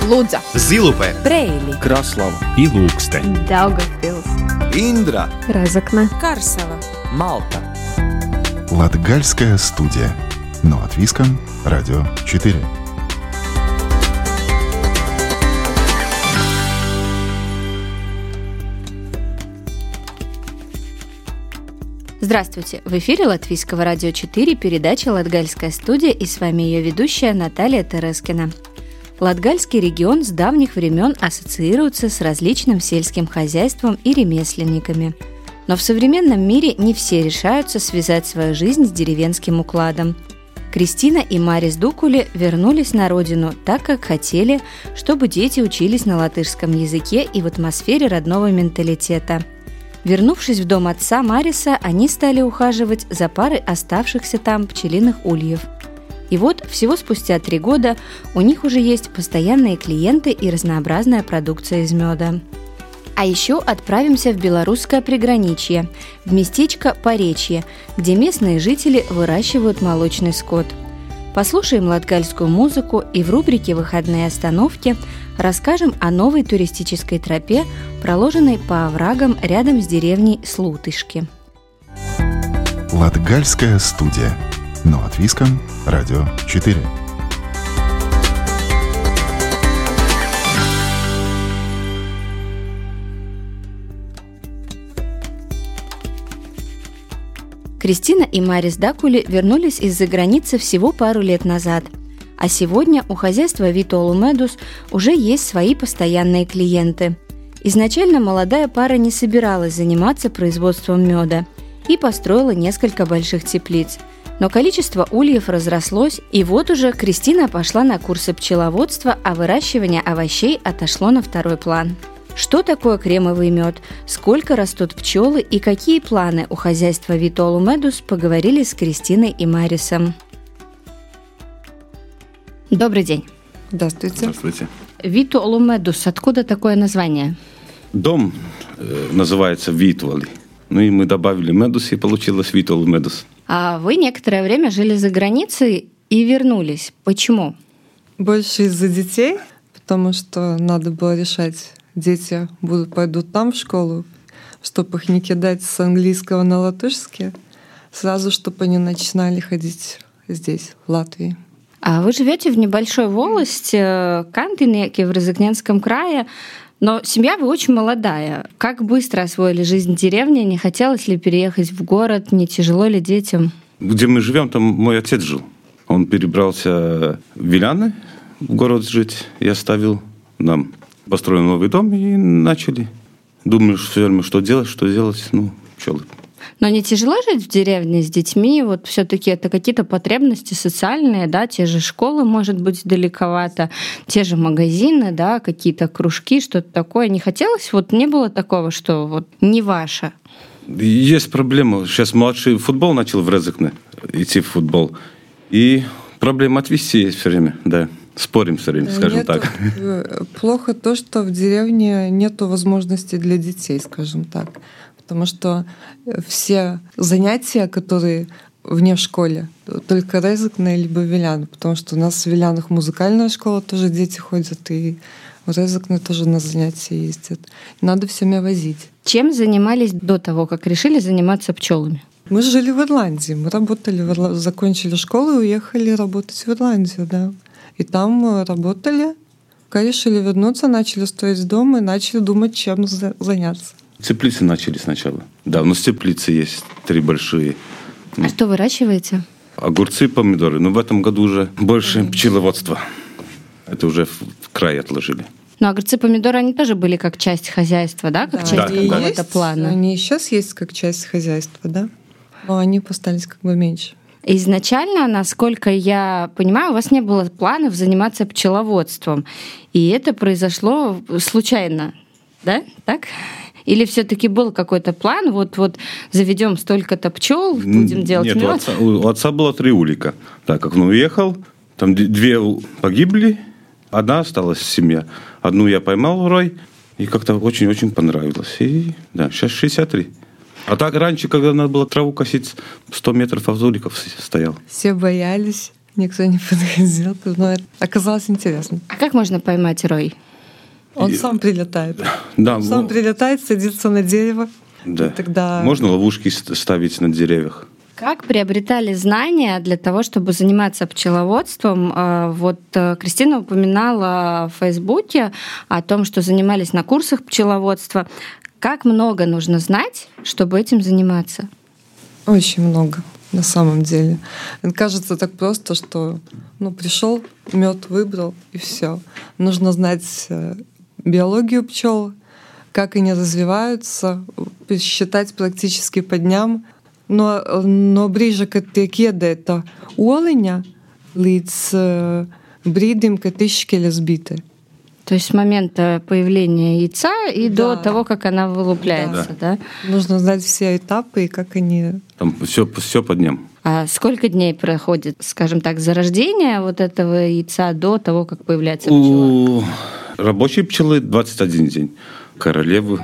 Лудза, Зилупе, Бреили, Краслава и Лукстē, Daugavpils, Индра, Разокна, Карсела. Малта. Латгальская студия. Но от Виска, Радио 4. Здравствуйте! В эфире Латвийского радио 4 передача «Латгальская студия» и с вами ее ведущая Наталья Терескина. Латгальский регион с давних времен ассоциируется с различным сельским хозяйством и ремесленниками. Но в современном мире не все решаются связать свою жизнь с деревенским укладом. Кристина и Марис Дукули вернулись на родину так, как хотели, чтобы дети учились на латышском языке и в атмосфере родного менталитета. Вернувшись в дом отца Мариса, они стали ухаживать за парой оставшихся там пчелиных ульев. И вот всего спустя 3 года у них уже есть постоянные клиенты и разнообразная продукция из меда. А еще отправимся в белорусское приграничье, в местечко Поречье, где местные жители выращивают молочный скот. Послушаем латгальскую музыку и в рубрике «Выходные остановки» расскажем о новой туристической тропе, проложенной по оврагам рядом с деревней Слутышки. Латгальская студия. Но от Виска, Радио 4. Кристина и Марис Дакули вернулись из-за границы всего пару лет назад. А сегодня у хозяйства Витуолу Медус уже есть свои постоянные клиенты. Изначально молодая пара не собиралась заниматься производством меда и построила несколько больших теплиц. Но количество ульев разрослось, и вот уже Кристина пошла на курсы пчеловодства, а выращивание овощей отошло на второй план. Что такое кремовый мед, сколько растут пчелы и какие планы у хозяйства Витуолу Медус, поговорили с Кристиной и Марисом. Добрый день. Здравствуйте. Здравствуйте. Витуолу Медус, откуда такое название? Дом называется Витуоли. Ну и мы добавили Медус, и получилось Витуолу Медус. А вы некоторое время жили за границей и вернулись. Почему? Больше из-за детей, потому что надо было решать, дети пойдут там в школу, чтобы их не кидать с английского на латышский, сразу, чтобы они начинали ходить здесь, в Латвии. А вы живете в небольшой волости Кантинеки в Разокненском крае, но семья вы очень молодая. Как быстро освоили жизнь в деревне? Не хотелось ли переехать в город? Не тяжело ли детям? Где мы живем, там мой отец жил. Он перебрался в Виляны, в город жить, и оставил нам. Построил новый дом и начали. Думаешь, все время, что делать, пчелы. Но не тяжело жить в деревне с детьми? Вот все-таки это какие-то потребности социальные, да, те же школы, может быть, далековато, те же магазины, да, какие-то кружки, что-то такое. Не хотелось? Вот не было такого, что вот не ваше? Есть проблема. Сейчас младший футбол начал в Резекне идти в футбол. И проблема отвезти есть все время, да. Спорим все время, скажем так. Плохо то, что в деревне нету возможностей для детей, скажем так. Потому что все занятия, которые вне в школе, только Резекне либо Виляны. Потому что у нас в Вилянах музыкальная школа, тоже дети ходят, и в Резекне тоже на занятия ездят. Надо всеми возить. Чем занимались до того, как решили заниматься пчелами? Мы жили в Ирландии. Мы работали, закончили школу и уехали работать в Ирландию, да. И там работали. Когда решили вернуться, начали строить дом и начали думать, чем заняться. Теплицы начали сначала. Да, у нас теплицы есть 3 большие. А что выращиваете? Огурцы, помидоры. Но в этом году уже больше пчеловодства. Это уже в край отложили. Но огурцы, помидоры, они тоже были как часть хозяйства, да? Как часть какого-то плана? Они и сейчас есть как часть хозяйства, да? Но они остались как бы меньше. Изначально, насколько я понимаю, у вас не было планов заниматься пчеловодством. И это произошло случайно, да? Так? Или все-таки был какой-то план, вот заведем столько-то пчел, будем делать мед? Нет, у отца было 3 улика. Так как он уехал, там 2 погибли, 1 осталась семья. 1 я поймал в рой, и как-то очень-очень понравилось. И да, сейчас 63. А так раньше, когда надо было траву косить, 100 метров от уликов стоял. Все боялись. никто не подходил. Но это оказалось интересно. А как можно поймать рой? Он сам прилетает. Да, Сам прилетает, садится на дерево. да. Тогда... Можно ловушки ставить на деревьях. Как приобретали знания для того, чтобы заниматься пчеловодством? Вот Кристина упоминала в Фейсбуке о том, что занимались на курсах пчеловодства. Как много нужно знать, чтобы этим заниматься? Очень много, на самом деле. Кажется так просто, что пришел, мед выбрал, и все. Нужно знать биологию пчел, как они развиваются, считать практически по дням. Но ближе к это оленя līdz brīdim, kad izšķeļas bite. То есть с момента появления яйца и до того, как она вылупляется, да? Нужно знать все этапы и как они... Там все по дням. А сколько дней проходит, скажем так, зарождение вот этого яйца до того, как появляется пчела? У рабочей пчелы 21 день, королевы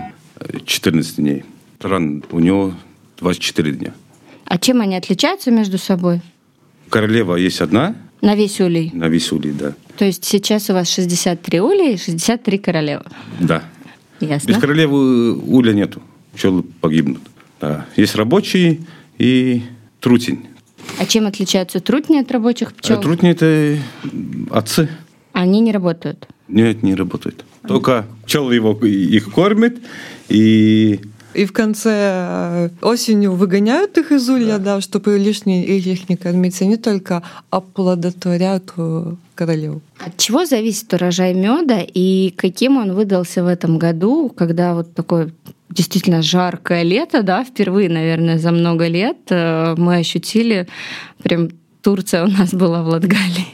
14 дней. Таран у него 24 дня. А чем они отличаются между собой? Королева есть одна. На весь улей? На весь улей, да. То есть сейчас у вас 63 улья и 63 королевы? Да. Ясно. Без королевы улья нету. Пчелы погибнут. Да. Есть рабочие и трутень. А чем отличаются трутни от рабочих пчел? Трутни – это отцы. Они не работают? Нет, не работают. Только пчелы их кормят и... И в конце осенью выгоняют их из улья, да, чтобы лишний их не кормить. Они только оплодотворяют королеву. От чего зависит урожай меда и каким он выдался в этом году, когда вот такое действительно жаркое лето, да, впервые, наверное, за много лет мы ощутили, прям Турция у нас была в Латгалии.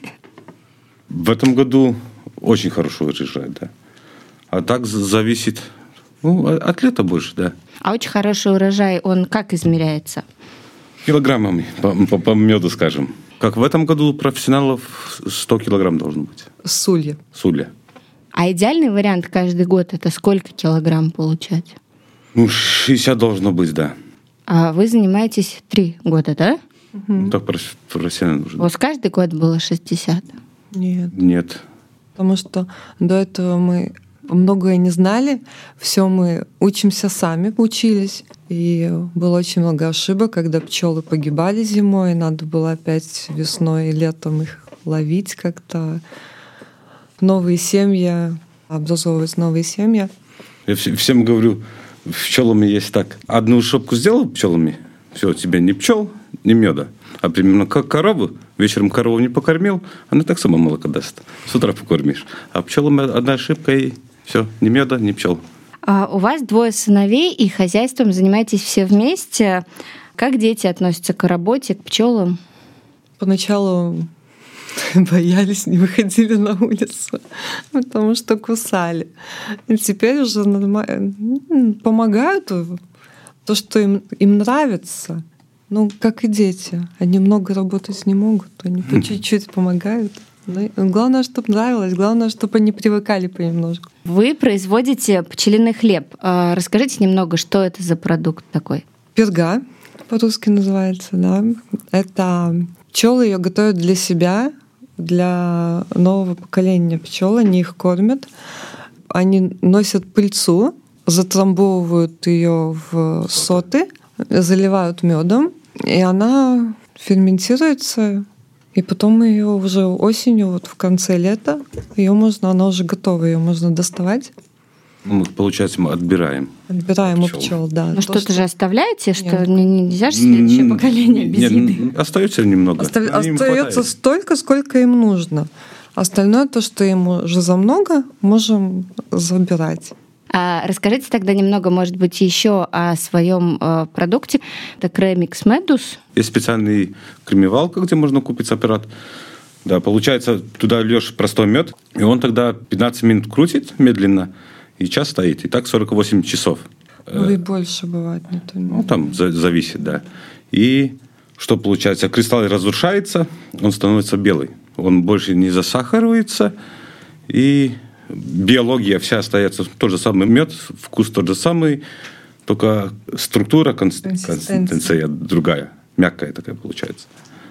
В этом году очень хорошо урожай, да. А так зависит от лета больше, да. А очень хороший урожай, он как измеряется? Килограммами, по меду, скажем. Как в этом году профессионалов 100 килограмм должно быть. С улья. С улья. А идеальный вариант каждый год – это сколько килограмм получать? 60 должно быть, да. А вы занимаетесь 3 года, да? Так профессионально нужно. У вас каждый год было 60? Нет. Потому что до этого мы многое не знали, все мы учились, и было очень много ошибок, когда пчелы погибали зимой, надо было опять весной и летом их ловить как-то, образовывать новые семьи. Я всем говорю, пчелами есть так. Одну шопку сделал пчелами, все, тебе ни пчел, ни меда. А примерно как корову, вечером корову не покормил, она так сама молоко даст. С утра покормишь. А пчелами одна ошибка и все, ни меда, ни пчел. А у вас 2 сыновей, и хозяйством занимаетесь все вместе. Как дети относятся к работе, к пчелам? Поначалу боялись, не выходили на улицу, потому что кусали. И теперь уже нормально помогают то, что им нравится. Как и дети. Они много работать не могут, они по чуть-чуть помогают. Главное, чтобы нравилось, главное, чтобы они привыкали понемножку. Вы производите пчелиный хлеб. Расскажите немного, что это за продукт такой? Перга по-русски называется, да. Это пчелы ее готовят для себя, для нового поколения пчел. Они их кормят. Они носят пыльцу, затрамбовывают ее в соты, заливают медом, и она ферментируется. И потом ее уже осенью, в конце лета, она уже готова, ее можно доставать. Получается, мы отбираем. Отбираем у пчел, да. Что-то же оставляете, что нельзя же следующее поколение без еды? Остается немного. Остается столько, сколько им нужно. Остальное, то, что им уже замного, можем забирать. А расскажите тогда немного, может быть, еще о своем продукте. Это Кремикс Медус. Есть специальный кремевалка, где можно купить аппарат. Да, получается, туда льешь простой мед, и он тогда 15 минут крутит медленно, и час стоит. И так 48 часов. И больше бывает. Там зависит, да. И что получается? Кристалл разрушается, он становится белый. Он больше не засахаривается, и биология вся остается тот же самый мед, вкус тот же самый, только структура, консистенция другая, мягкая такая получается.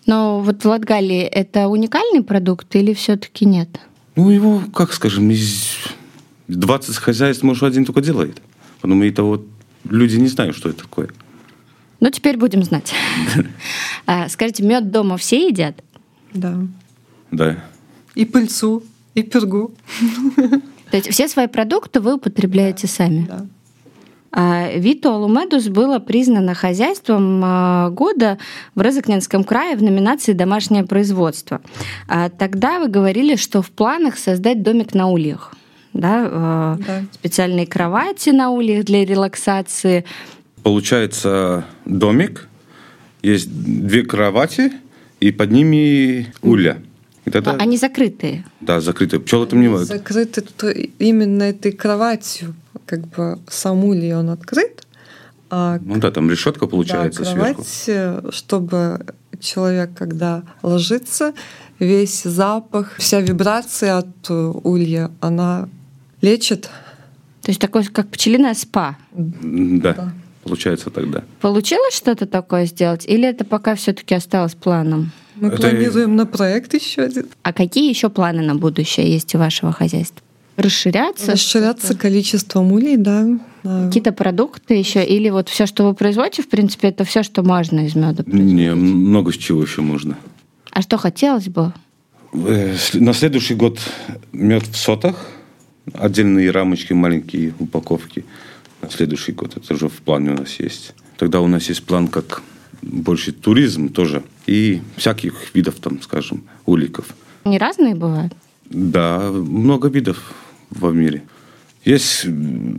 Но вот в Латгалии это уникальный продукт или все-таки нет? Ну, его, как скажем, из 20 хозяйств, может, один только делает. Потому это вот люди не знают, что это такое. Ну, теперь будем знать. Скажите, мед дома все едят? Да. Да. И пыльцу, и пергу. То есть все свои продукты вы употребляете сами? Да. Витуолу Медус было признано хозяйством года в Рызыкненском крае в номинации «Домашнее производство». Тогда вы говорили, что в планах создать домик на ульях. Да? Специальные кровати на ульях для релаксации. Получается домик, есть 2 кровати, и под ними улья. И тогда... Они закрытые? Да, закрытые. Пчелы там не могут. Закрыты именно этой кроватью. Как бы сам улей, он открыт. Ну да, там решетка получается кровать, сверху. Чтобы человек, когда ложится, весь запах, вся вибрация от улья, она лечит. То есть такое, как пчелиное спа? Да. Получается тогда. Получилось что-то такое сделать? Или это пока все-таки осталось планом? Мы планируем на проект еще один. А какие еще планы на будущее есть у вашего хозяйства? Расширяться количеством улей, да. Какие-то продукты еще? Или вот все, что вы производите, в принципе, это все, что можно из меда производить? Не, много с чего еще можно. А что хотелось бы? На следующий год мед в сотах, отдельные рамочки, маленькие упаковки. На следующий год это уже в плане у нас есть. Тогда у нас есть план как больше туризм тоже и всяких видов там, скажем, уликов. Они разные бывают? Да, много видов в мире. Есть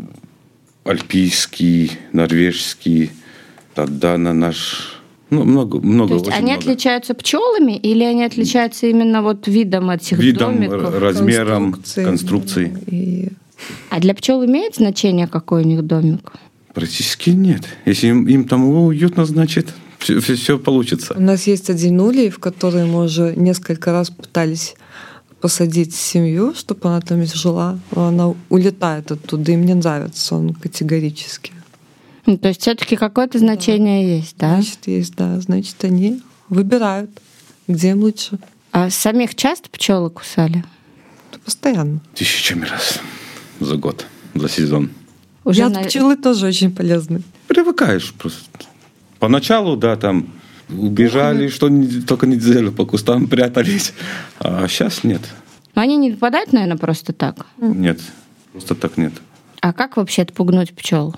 альпийский, норвежский, тогда на наш... Ну, много. То есть они отличаются пчелами или они отличаются именно вот видом этих домиков? Видом, размером, конструкцией. А для пчел имеет значение, какой у них домик? Практически нет. Если им там уютно, значит, все получится. У нас есть один улей, в который мы уже несколько раз пытались посадить семью, чтобы она там жила. Она улетает оттуда, им не нравится он категорически. То есть все-таки какое-то значение есть, да? Значит, есть, да. Значит, они выбирают, где им лучше. А самих часто пчелы кусали? Постоянно. Тысячами раз за год, за сезон. Яд пчелы тоже очень полезный. Привыкаешь просто. Поначалу, да, там убежали, что только неделю по кустам прятались. А сейчас нет. Но они не нападают, наверное, просто так? Нет, просто так нет. А как вообще отпугнуть пчел?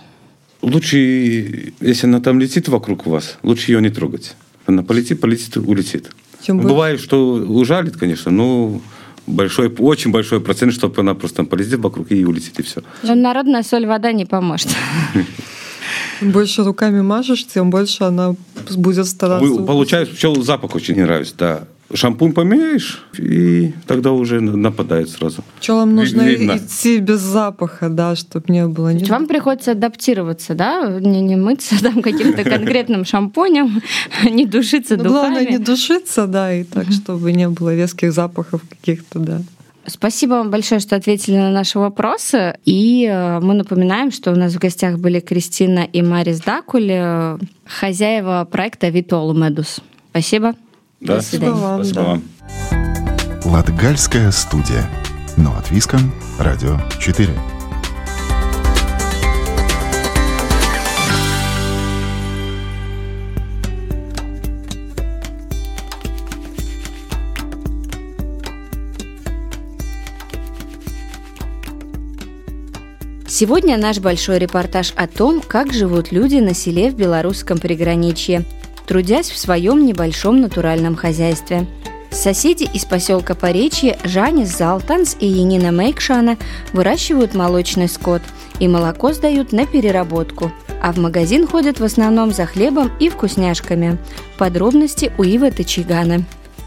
Лучше, если она там летит вокруг вас, лучше ее не трогать. Она полетит, улетит. Бывает, что ужалит, конечно, но очень большой процент, чтобы она просто там полетит вокруг и улетит, и все. Но народная соль вода не поможет. Чем больше руками мажешь, тем больше она будет стараться. Получается, пчел запах очень не нравится, да. Шампунь поменяешь, и тогда уже нападает сразу. Пчелам нужно идти без запаха, да, чтобы не было. Вам приходится адаптироваться, да, не мыться там каким-то конкретным шампунем, не душиться духами. Главное не душиться, да, и так, чтобы не было резких запахов каких-то, да. Спасибо вам большое, что ответили на наши вопросы. И мы напоминаем, что у нас в гостях были Кристина и Марис Дакуль, хозяева проекта Витуолу Медус. Спасибо. Да, до свидания. Спасибо вам. Латгальская студия. Но от Виском. Радио 4. Сегодня наш большой репортаж о том, как живут люди на селе в белорусском приграничье, трудясь в своем небольшом натуральном хозяйстве. Соседи из поселка Поречье Жанис Залтанс и Янина Мейкшана выращивают молочный скот и молоко сдают на переработку, а в магазин ходят в основном за хлебом и вкусняшками. Подробности у Ивы Тачигана.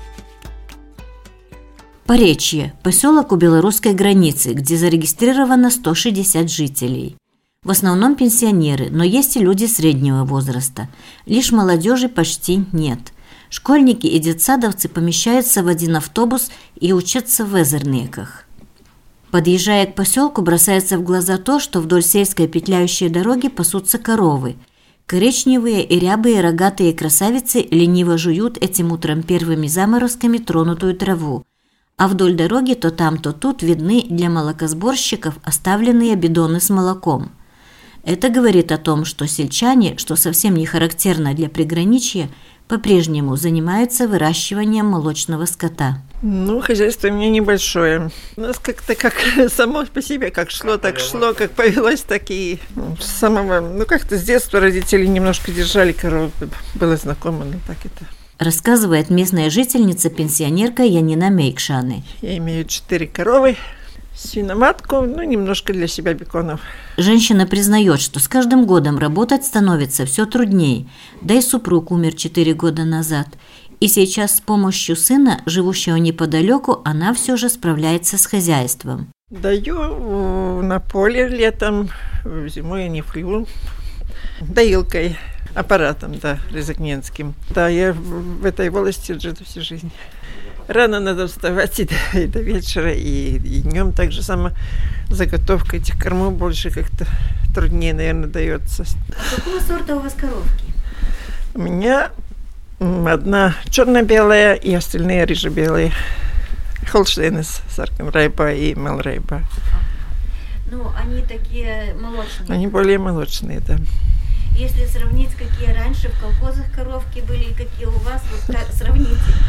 Поречье – поселок у белорусской границы, где зарегистрировано 160 жителей. В основном пенсионеры, но есть и люди среднего возраста. Лишь молодежи почти нет. Школьники и детсадовцы помещаются в один автобус и учатся в Эзернеках. Подъезжая к поселку, бросается в глаза то, что вдоль сельской петляющей дороги пасутся коровы. Коричневые и рябые рогатые красавицы лениво жуют этим утром первыми заморозками тронутую траву, а вдоль дороги то там, то тут видны для молокосборщиков оставленные бидоны с молоком. Это говорит о том, что сельчане, что совсем не характерно для приграничья, по-прежнему занимаются выращиванием молочного скота. Ну, хозяйство у меня небольшое. У нас как-то как само по себе, как шло, как повелось, так и с самого, как-то с детства родители немножко держали корову, было знакомо, но так это. Рассказывает местная жительница-пенсионерка Янина Мейкшаны. Я имею 4 коровы, свиноматку, немножко для себя беконов. Женщина признает, что с каждым годом работать становится все труднее, да и супруг умер 4 года назад. И сейчас с помощью сына, живущего неподалеку, она все же справляется с хозяйством. Даю на поле летом, зимой я не флю, доилкой, аппаратом, резакненским. Да, я в этой волости уже всю жизнь. Рано надо вставать и до вечера, и днем так же само заготовка этих кормов больше как-то труднее, наверное, дается. Какого сорта у вас коровки? У меня одна черно-белая и остальные рыже-белые. Холштейны с Саркенрейба и Мелрейба. Они такие молочные. Они более молочные, да. Если сравнить, какие раньше в колхозах коровки были и какие у вас, сравните.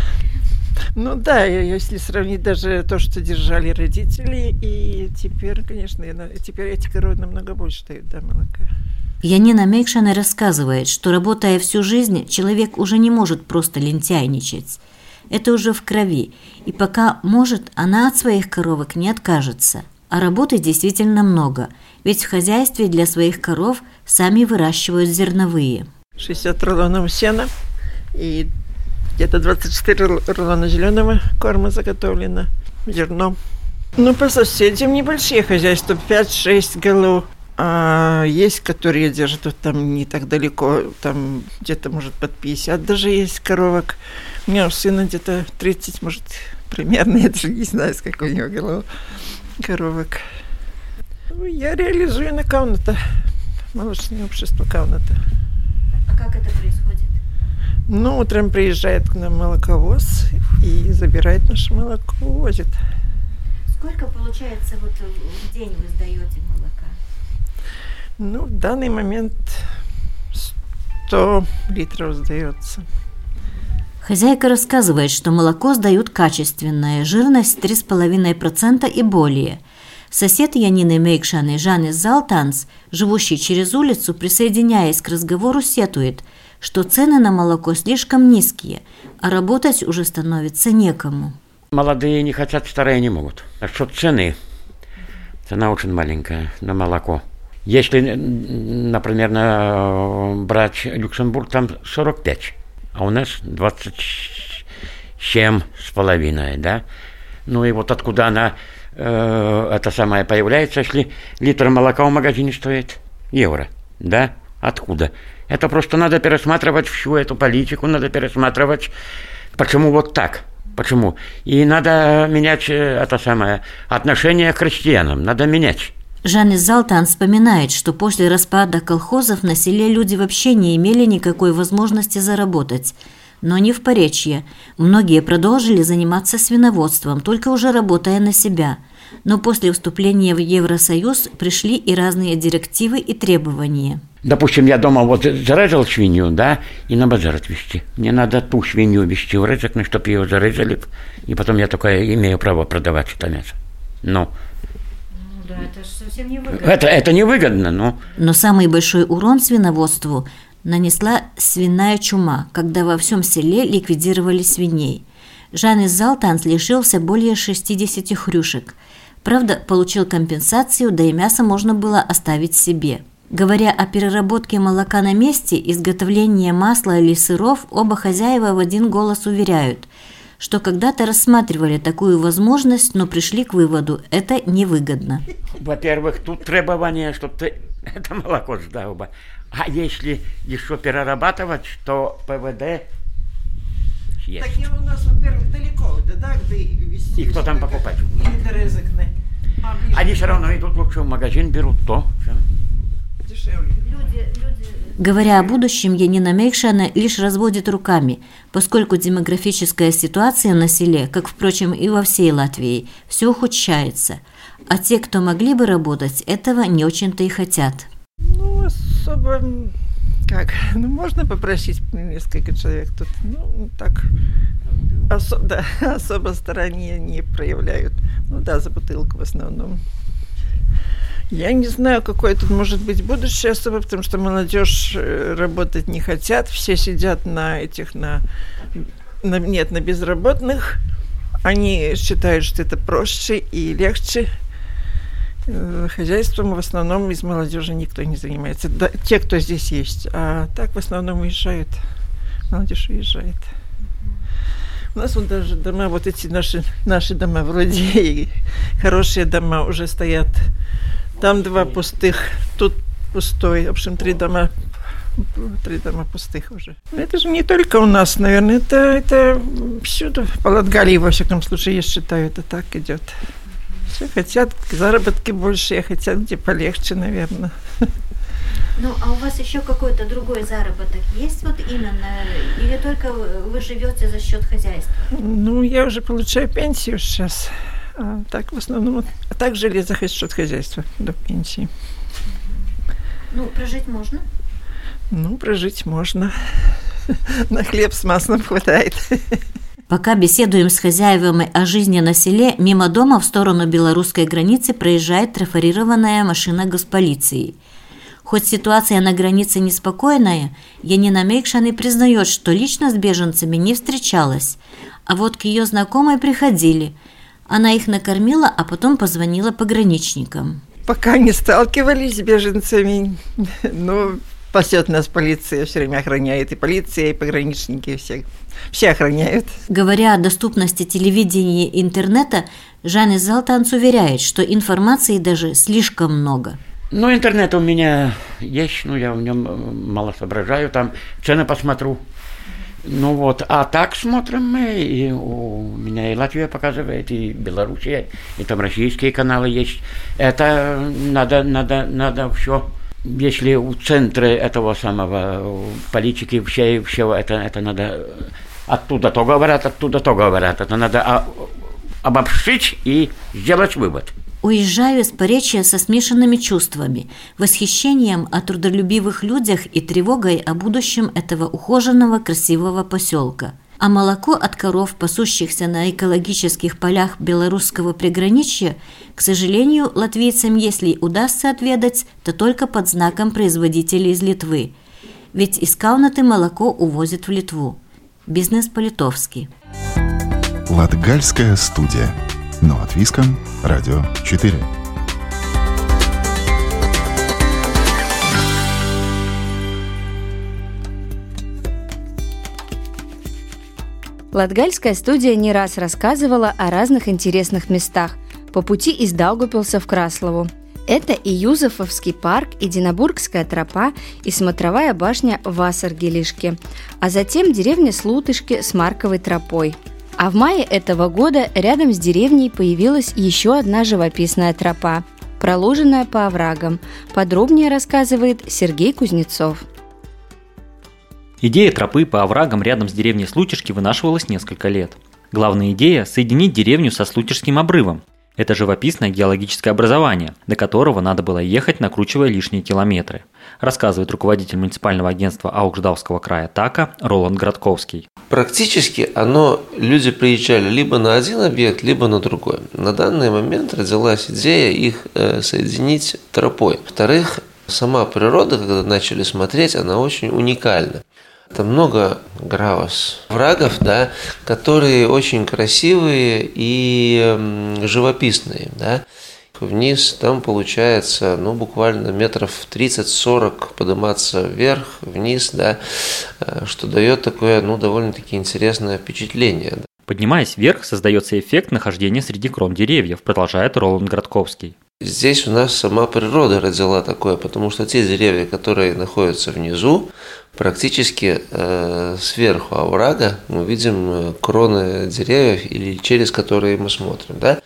Если сравнить даже то, что держали родители, и теперь, конечно, теперь эти коровы намного больше дают, молока. Янина Мейкшана рассказывает, что, работая всю жизнь, человек уже не может просто лентяйничать. Это уже в крови, и пока может, она от своих коровок не откажется. А работы действительно много, ведь в хозяйстве для своих коров сами выращивают зерновые. 60 рулонов сена и где-то 24 рулона зеленого корма заготовлено, зерно. По соседям небольшие хозяйства, 5-6 голов. А есть, которые держат там не так далеко, там где-то, может, под 50 даже есть коровок. У меня у сына где-то 30, может, примерно, я даже не знаю, сколько у него голов коровок. Я реализую на Кауната, молочное общество Кауната. А как это происходит? Утром приезжает к нам молоковоз и забирает наше молоко, увозит. Сколько, получается, в день вы сдаете молока? В данный момент 100 литров сдается. Хозяйка рассказывает, что молоко сдают качественное, жирность 3,5% и более. Сосед Янины Мейкшаны Жанис Залтанс, живущий через улицу, присоединяясь к разговору, сетует, что цены на молоко слишком низкие, а работать уже становится некому. Молодые не хотят, старые не могут. А что цена очень маленькая на молоко. Если, например, брать Люксембург, там 45, а у нас 27,5, да? И откуда она, это самое, появляется, если литр молока в магазине стоит евро, да? Откуда? Это просто надо пересматривать всю эту политику, надо пересматривать, почему так. Почему? И надо менять отношение к крестьянам, надо менять. Жанис Залтан вспоминает, что после распада колхозов на селе люди вообще не имели никакой возможности заработать. Но не в Поречье. Многие продолжили заниматься свиноводством, только уже работая на себя. Но после вступления в Евросоюз пришли и разные директивы и требования. Допустим, я дома зарезал свинью, да, и на базар отвезти. Мне надо ту свинью везти в Рызок, чтобы ее зарезали, и потом я только имею право продавать это мясо. Да, это же совсем невыгодно. Это невыгодно, Но самый большой урон свиноводству нанесла свиная чума, когда во всем селе ликвидировали свиней. Жанис Залтанс лишился более 60 хрюшек. Правда, получил компенсацию, да и мясо можно было оставить себе. Говоря о переработке молока на месте, изготовлении масла или сыров, оба хозяева в один голос уверяют, что когда-то рассматривали такую возможность, но пришли к выводу – это невыгодно. Во-первых, тут требование, чтобы ты это молоко сдал бы. А если еще перерабатывать, то ПВД есть. Так я у нас, во-первых, далеко, где везти. И кто там покупать? Или до Рызыкны. Они все равно идут лучше в магазин, берут то. Дешевле. Люди Говоря о будущем, Янина Мейкшина лишь разводит руками, поскольку демографическая ситуация на селе, как, впрочем, и во всей Латвии, все ухудшается, а те, кто могли бы работать, этого не очень-то и хотят. Ну, особо, можно попросить несколько человек тут, так, особо старания не проявляют. За бутылку в основном. Я не знаю, какое тут может быть будущее особо, потому что молодежь работать не хотят, все сидят на безработных. Они считают, что это проще и легче. Хозяйством в основном из молодежи никто не занимается. Те, кто здесь есть. А так в основном уезжают. Молодежь уезжает. У нас даже дома, эти наши дома вроде хорошие дома уже стоят. Там 2 пустых, тут пустой. В общем, 3 дома пустых уже. Это же не только у нас, наверное, это всюду. По Латгалии, во всяком случае, я считаю, это так идет. Все хотят заработки больше, хотят где полегче, наверное. А у вас еще какой-то другой заработок есть именно? Или только вы живете за счет хозяйства? Я уже получаю пенсию сейчас. А так в основном, так жили за счет хозяйства до пенсии. Прожить можно? Прожить можно. На хлеб с маслом хватает. Пока беседуем с хозяевами о жизни на селе, мимо дома в сторону белорусской границы проезжает трафарированная машина госполиции. Хоть ситуация на границе неспокойная, Янина Мейкшина признает, что лично с беженцами не встречалась, а к ее знакомой приходили. Она их накормила, а потом позвонила пограничникам. Пока не сталкивались с беженцами, пасет нас полиция, все время охраняет, и полиция, и пограничники, все охраняют. Говоря о доступности телевидения и интернета, Жанис Залтанц уверяет, что информации даже слишком много. Интернет у меня есть, я в нем мало соображаю, там цены посмотрю. А так смотрим мы, и у меня и Латвия показывает, и Белоруссия, и там российские каналы есть. Это надо все. Если у центра этого самого политики все это надо оттуда то говорят. Это надо обобщить и сделать вывод. Уезжаю из Поречья со смешанными чувствами, восхищением о трудолюбивых людях и тревогой о будущем этого ухоженного красивого поселка. А молоко от коров, пасущихся на экологических полях белорусского приграничья, к сожалению, латвийцам, если удастся отведать, то только под знаком производителей из Литвы. Ведь из Каунаты молоко увозят в Литву. Бизнес по-литовски. Латгальская студия. На Латвийском радио 4. Латгальская студия не раз рассказывала о разных интересных местах по пути из Даугавпилса в Краслову. Это и Юзефовский парк, и Динабургская тропа, и смотровая башня в Вассаргелишке, а затем деревня Слутышки с Марковой тропой. А в мае этого года рядом с деревней появилась еще одна живописная тропа, проложенная по оврагам. Подробнее рассказывает Сергей Кузнецов. Идея тропы по оврагам рядом с деревней Слутишки вынашивалась несколько лет. Главная идея – соединить деревню со Слутишским обрывом. Это живописное геологическое образование, до которого надо было ехать, накручивая лишние километры, рассказывает руководитель муниципального агентства Аугждалского края ТАКа Роланд Градковский. Практически люди приезжали либо на один объект, либо на другой. На данный момент родилась идея их соединить тропой. Во-вторых, сама природа, когда начали смотреть, она очень уникальна. Там много оврагов, которые очень красивые и живописные. Вниз там получается буквально метров 30-40 подниматься вверх, вниз, что дает такое довольно-таки интересное впечатление. Поднимаясь вверх, создается эффект нахождения среди крон деревьев, продолжает Роланд Градковский. Здесь у нас сама природа родила такое, потому что те деревья, которые находятся внизу, практически сверху оврага мы видим кроны деревьев, или через которые мы смотрим.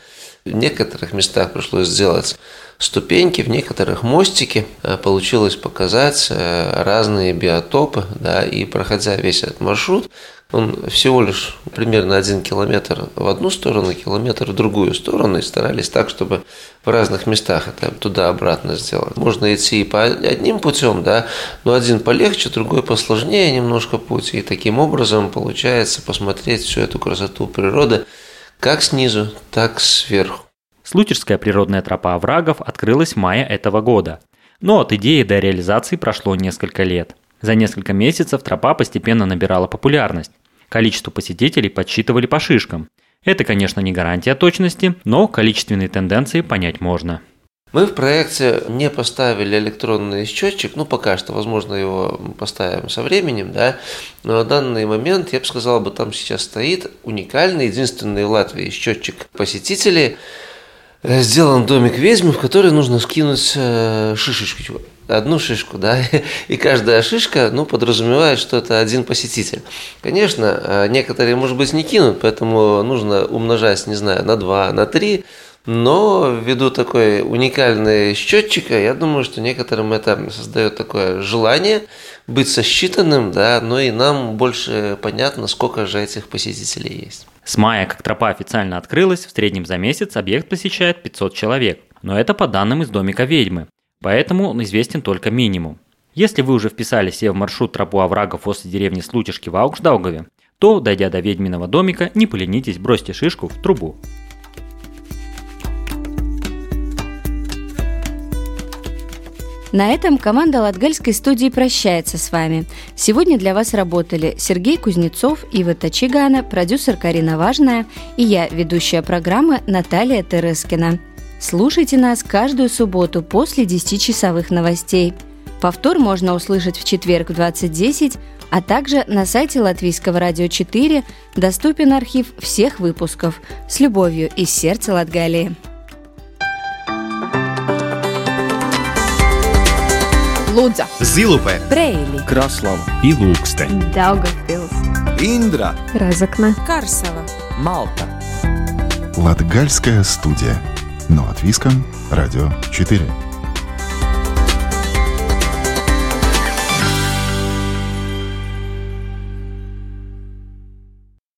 В некоторых местах пришлось сделать ступеньки, в некоторых мостики. Получилось показать разные биотопы, да, и проходя весь этот маршрут, он всего лишь примерно 1 километр в одну сторону, километр в другую сторону, и старались так, чтобы в разных местах это туда-обратно сделать. Можно идти и по одним путем, да, но один полегче, другой посложнее немножко путь, и таким образом получается посмотреть всю эту красоту природы как снизу, так сверху. Случерская природная тропа оврагов открылась в мае этого года, но от идеи до реализации прошло несколько лет. За несколько месяцев тропа постепенно набирала популярность. Количество посетителей подсчитывали по шишкам. Это, конечно, не гарантия точности, но количественные тенденции понять можно. Мы в проекте не поставили электронный счетчик, пока что, возможно, его поставим со временем, да, но на данный момент, я бы сказал, там сейчас стоит уникальный, единственный в Латвии счетчик посетителей. Сделан домик ведьмы, в который нужно скинуть шишечку, одну шишку, да, и каждая шишка, подразумевает, что это один посетитель. Конечно, некоторые, может быть, не кинут, поэтому нужно умножать, не знаю, на 2, на 3, но ввиду такой уникальной счетчика, я думаю, что некоторым это создает такое желание быть сосчитанным, да, но и нам больше понятно, сколько же этих посетителей есть. С мая, как тропа официально открылась, в среднем за месяц объект посещает 500 человек. Но это по данным из домика ведьмы, поэтому он известен только минимум. Если вы уже вписали себе в маршрут тропу оврагов после деревни Случершки в Аукшдаугаве, то, дойдя до ведьминого домика, не поленитесь, бросьте шишку в трубу. На этом команда Латгальской студии прощается с вами. Сегодня для вас работали Сергей Кузнецов, Ива Тачигана, продюсер Карина Важная и я, ведущая программы Наталья Терескина. Слушайте нас каждую субботу после 10-часовых новостей. Повтор можно услышать в четверг в 20:10, а также на сайте Латвийского радио 4 доступен архив всех выпусков. С любовью из сердца Латгалии. Лудза, Зилупе, Брейли, Краслава и Лукстен, Даугавпилс, Индра, Разокна, Карсела, Латгальская студия. Но от Виском, Радио 4.